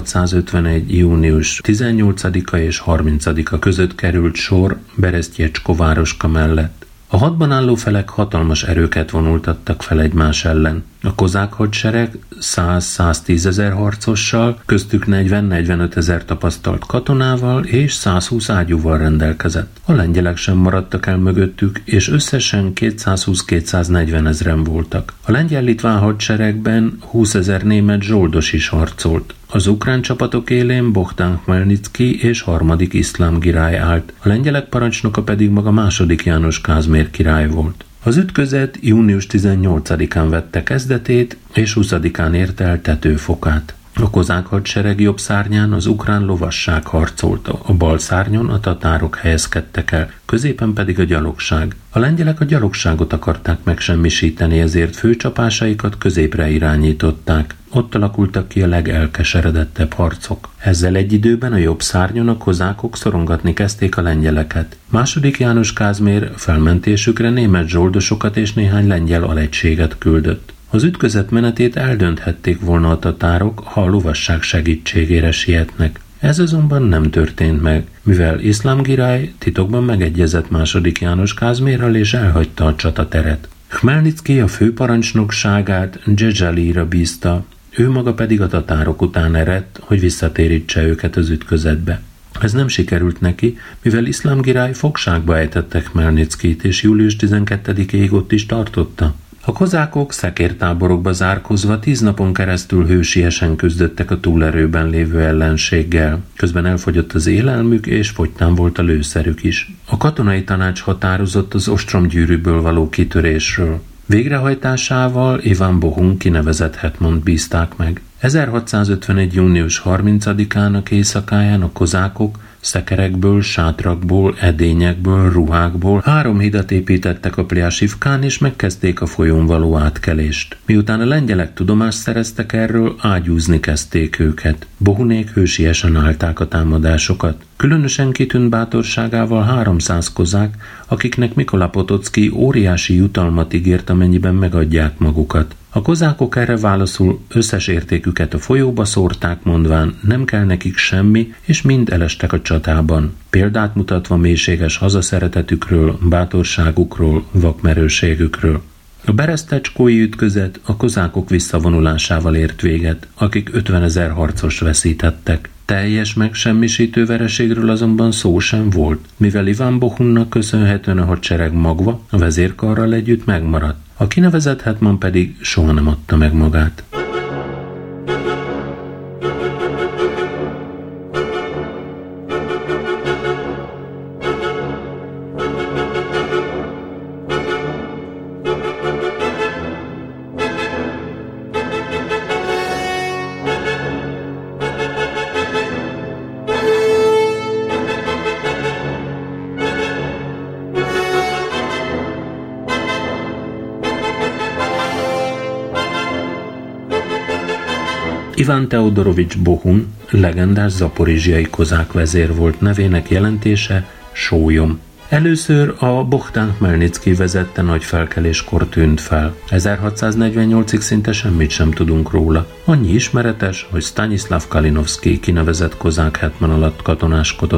1651. június 18-a és 30-a között került sor Beresztjecsko városka mellett. A hadban álló felek hatalmas erőket vonultattak fel egymás ellen. A kozák hadsereg 100-110 ezer harcossal, köztük 40-45 ezer tapasztalt katonával és 120 ágyúval rendelkezett. A lengyelek sem maradtak el mögöttük, és összesen 220-240 ezren voltak. A lengyel-litván hadseregben 20 ezer német zsoldos is harcolt. Az ukrán csapatok élén Bohdan Khmelnycki és harmadik Iszlám király állt, a lengyelek parancsnoka pedig maga második János Kázmér király volt. Az ütközet június 18-án vette kezdetét, és 20-án érte el tetőfokát. A kozák hadsereg jobb szárnyán az ukrán lovasság harcolt, a bal szárnyon a tatárok helyezkedtek el, középen pedig a gyalogság. A lengyelek a gyalogságot akarták megsemmisíteni, ezért főcsapásaikat középre irányították. Ott alakultak ki a legelkeseredettebb harcok. Ezzel egy időben a jobb szárnyon a kozákok szorongatni kezdték a lengyeleket. Második János Kázmér felmentésükre német zsoldosokat és néhány lengyel alegységet küldött. Az ütközet menetét eldönthették volna a tatárok, ha a lovasság segítségére sietnek. Ez azonban nem történt meg, mivel Iszlám király titokban megegyezett második János Kázmérral és elhagyta a csatateret. Khmelnycki a főparancsnokságát Dzsedzsalira bízta, ő maga pedig a tatárok után eredt, hogy visszatérítse őket az ütközetbe. Ez nem sikerült neki, mivel Iszlám király fogságba ejtette Khmelnyckit, és július 12-ig ott is tartotta. A kozákok szekértáborokba zárkozva 10 napon keresztül hősiesen küzdöttek a túlerőben lévő ellenséggel. Közben elfogyott az élelmük, és fogytán volt a lőszerük is. A katonai tanács határozott az ostromgyűrűből való kitörésről. Végrehajtásával Ivan Bohun kinevezett hetmant bízták meg. 1651. június 30-án éjszakáján a kozákok szekerekből, sátrakból, edényekből, ruhákból 3 hidat építettek a Pljásivkán, és megkezdték a folyón való átkelést. Miután a lengyelek tudomást szereztek erről, ágyúzni kezdték őket. Bohunék hősiesen állták a támadásokat. Különösen kitűnt bátorságával 300 kozák, akiknek Mikola Potocki óriási jutalmat ígért, amennyiben megadják magukat. A kozákok erre válaszul összes értéküket a folyóba szórták, mondván nem kell nekik semmi, és mind elestek a csatában. Példát mutatva mélységes hazaszeretetükről, bátorságukról, vakmerőségükről. A beresztecskói ütközet a kozákok visszavonulásával ért véget, akik 50 ezer harcost veszítettek. Teljes megsemmisítő vereségről azonban szó sem volt, mivel Ivan Bohunnak köszönhetően a hadsereg magva a vezérkarral együtt megmaradt. A kinevezett hetman pedig soha nem adta meg magát. Ivan Teodorovics Bohun legendás zaporizsiai kozák vezér volt, nevének jelentése sólyom. Először a Bohdan Khmelnycki vezette nagy felkeléskor tűnt fel. 1648-ig szinte semmit sem tudunk róla. Annyi ismeretes, hogy Stanislav Kalinovszky kinevezett kozák hetman alatt katonáskodott.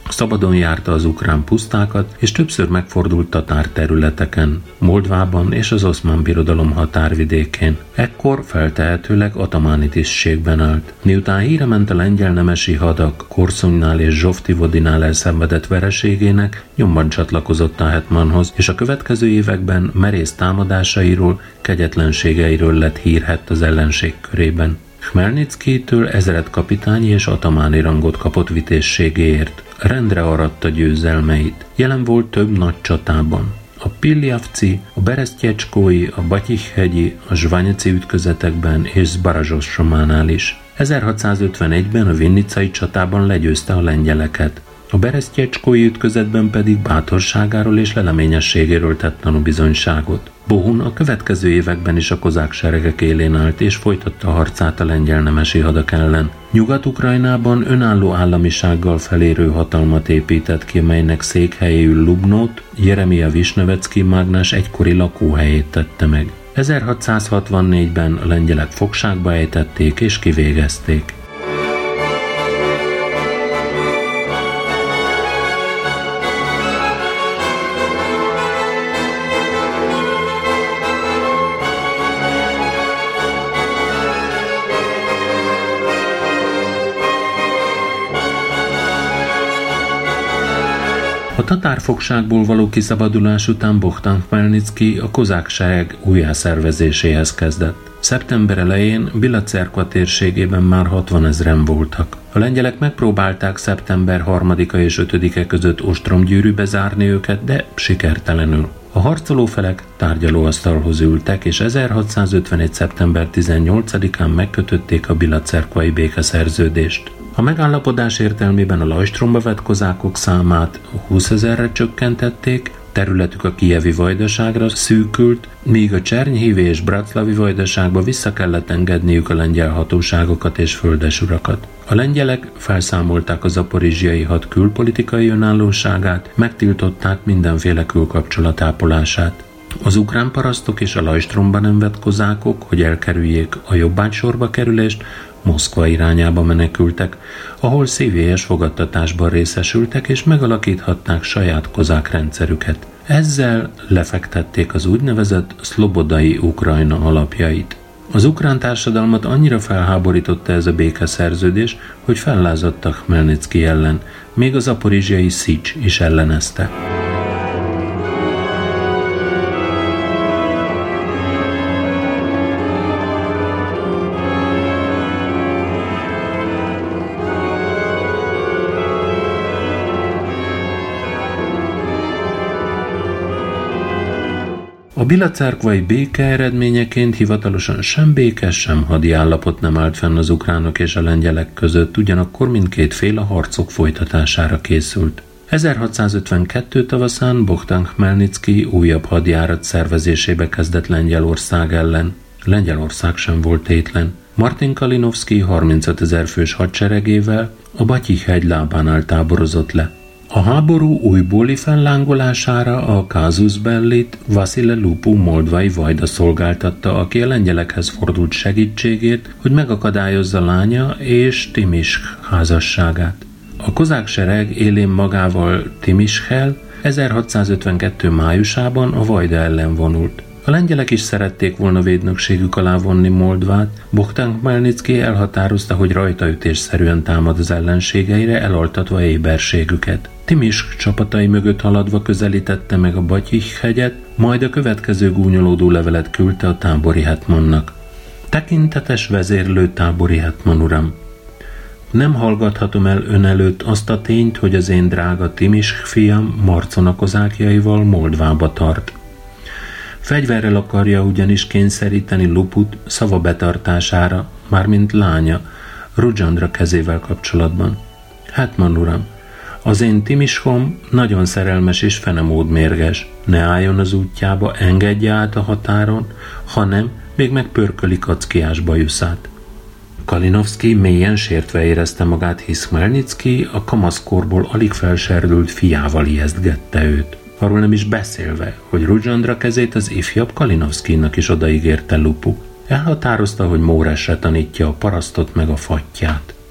Szabadon járta az ukrán pusztákat, és többször megfordult tatár területeken, Moldvában és az Oszmán Birodalom határvidékén. Ekkor feltehetőleg atamáni tisztségben állt. Miután híre ment a lengyel nemesi hadak Korszunynál és Zsoftivodinál elszenvedett vereségének, nyomban csatlakozott a hetmanhoz, és a következő években merész támadásairól, kegyetlenségeiről lett hírhett az ellenség körében. Khmelnickijtől ezredkapitányi és atamáni rangot kapott vitézségéért. Rendre aratta győzelmeit. Jelen volt több nagy csatában. A Piljavci, a Beresztyecskói, a Batyich-hegyi, a Zsvanyeci ütközetekben és Zbarazsosománál is. 1651-ben a Vinnicai csatában legyőzte a lengyeleket. A Beresztyecskói ütközetben pedig bátorságáról és leleményességéről tett tanúbizonyságot. Bohun a következő években is a kozák seregek élén állt és folytatta harcát a lengyel nemesi hadak ellen. Nyugat-Ukrajnában önálló államisággal felérő hatalmat épített ki, melynek székhelyéül Lubnót Jeremia Visnevecki mágnás egykori lakóhelyét tette meg. 1664-ben a lengyelek fogságba ejtették és kivégezték. A tatárfogságból való kiszabadulás után Bohdan Khmelnickij a kozák sereg újjászervezéséhez kezdett. Szeptember elején Bilacerkva térségében már 60 000-en voltak. A lengyelek megpróbálták szeptember 3-a és 5-e között ostromgyűrűbe zárni őket, de sikertelenül. A harcoló felek tárgyalóasztalhoz ültek, és 1651. szeptember 18-án megkötötték a bilacerkvai békeszerződést. A megállapodás értelmében a Lajstromba vett kozákok számát 20 000-re csökkentették, területük a kijevi vajdaságra szűkült, míg a Csernyhívi és Braclavi vajdaságba vissza kellett engedniük a lengyel hatóságokat és földesurakat. A lengyelek felszámolták a zaporizsiai had külpolitikai önállóságát, megtiltották mindenféle külkapcsolat ápolását. Az ukrán parasztok és a Lajstromba nem vett kozákok, hogy elkerüljék a jobbágysorba kerülést, Moszkva irányába menekültek, ahol szívélyes fogadtatásban részesültek és megalakíthatták saját kozák rendszerüket. Ezzel lefektették az úgynevezett szlobodai Ukrajna alapjait. Az ukrán társadalmat annyira felháborította ez a békeszerződés, hogy fellázadtak Khmelnickij ellen, még a zaporizsiai Szics is ellenezte. A bilacerkvai béke eredményeként hivatalosan sem békes, sem hadi állapot nem állt fenn az ukránok és a lengyelek között, ugyanakkor mindkét fél a harcok folytatására készült. 1652 tavaszán Bohdan Khmelnickij újabb hadjárat szervezésébe kezdett Lengyelország ellen. Lengyelország sem volt tétlen. Martin Kalinowski 35 000 fős hadseregével a Batyich-hegy lábánál táborozott le. A háború újbóli fellángolására a casus bellit Vasile Lupu moldvai vajda szolgáltatta, aki a lengyelekhez fordult segítségért, hogy megakadályozza lánya és Timisk házasságát. A kozák sereg élén magával Timiskkel 1652. májusában a vajda ellen vonult. A lengyelek is szerették volna védnökségük alá vonni Moldvát, Bohdan Khmelnickij elhatározta, hogy rajtaütésszerűen támad az ellenségeire, elaltatva éberségüket. Timisk csapatai mögött haladva közelítette meg a Batyich-hegyet, majd a következő gúnyolódó levelet küldte a tábori hetmannak. Tekintetes vezérlő tábori hetman uram! Nem hallgathatom el ön előtt azt a tényt, hogy az én drága Timisk fiam Marcona kozákjaival Moldvába tart. Fegyverrel akarja ugyanis kényszeríteni Luput szava betartására, mármint lánya, Ruzsandra kezével kapcsolatban. Hetman uram, az én Timiskom nagyon szerelmes és fenemód mérges. Ne álljon az útjába, engedje át a határon, hanem még megpörköli Kackiás bajuszát. Kalinowski mélyen sértve érezte magát, hisz Khmelnickij a kamaszkorból alig felserdült fiával ijesztgette őt. Arról nem is beszélve, hogy Ruzsandra kezét az ifjabb Kalinowskijnak is odaígérte Lupu. Elhatározta, hogy Móresre tanítja a parasztot meg a fattyát.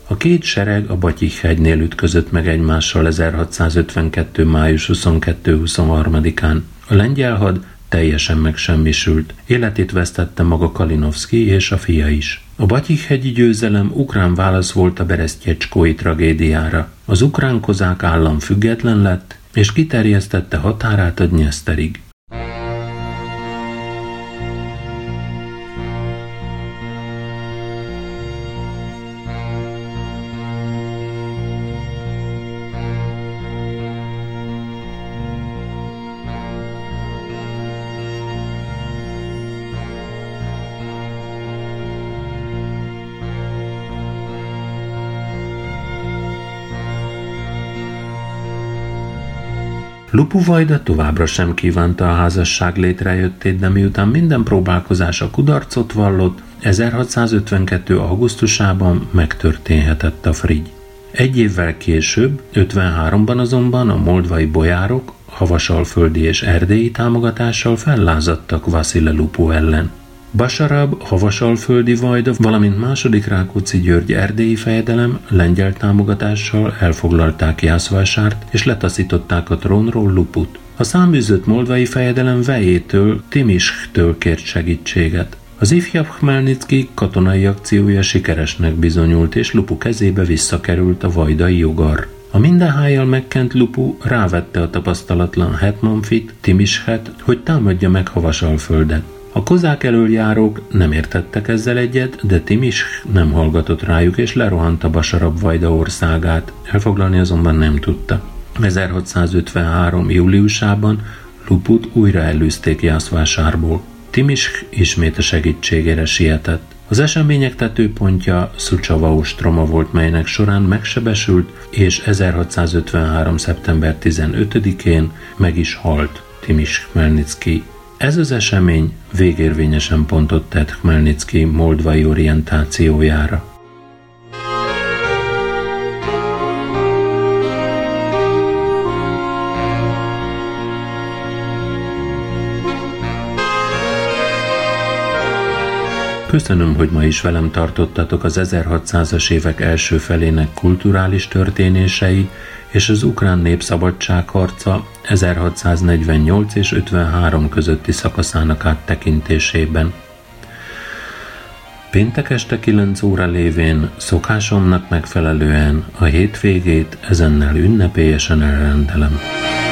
A két sereg a Batyich-hegynél ütközött meg egymással 1652. május 22-23-án. A lengyel had teljesen megsemmisült. Életét vesztette maga Kalinowski és a fia is. A Batyich-hegyi győzelem ukrán válasz volt a beresztjecskói tragédiára. Az ukrán kozák állam független lett, és kiterjesztette határát a Dnyeszterig. Lupu vajda továbbra sem kívánta a házasság létrejöttét, de miután minden próbálkozása kudarcot vallott, 1652. augusztusában megtörténhetett a frigy. Egy évvel később, 53-ban azonban a moldvai bojárok havasalföldi és erdélyi támogatással fellázadtak Vasile Lupu ellen. Basarab, havasalföldi vajda, valamint II. Rákóczi György erdélyi fejedelem lengyel támogatással elfoglalták Jászvásárt és letaszították a trónról Luput. A száműzött moldvai fejedelem vejétől, Timiskhtől kért segítséget. Az ifjabb Khmelnycki katonai akciója sikeresnek bizonyult, és Lupu kezébe visszakerült a vajdai jogar. A mindenhájjal megkent Lupu rávette a tapasztalatlan hetmanfit, Timishet, hogy támadja meg Havasalföldet. A kozák elöljárók nem értettek ezzel egyet, de Timish nem hallgatott rájuk, és lerohant a Basarab vajda országát. Elfoglalni azonban nem tudta. 1653. júliusában Luput újra elűzték Jászvásárból. Timish ismét a segítségére sietett. Az események tetőpontja Szucsava ostroma volt, melynek során megsebesült, és 1653. szeptember 15-én meg is halt Timish Khmelnycki. Ez az esemény végérvényesen pontot tett Khmelnycki moldvai orientációjára. Köszönöm, hogy ma is velem tartottatok az 1600-as évek első felének kulturális történései és az ukrán nép szabadságharca 1648 és 53 közötti szakaszának áttekintésében. Péntek este 9 óra lévén szokásomnak megfelelően a hétvégét ezennel ünnepélyesen elrendelem.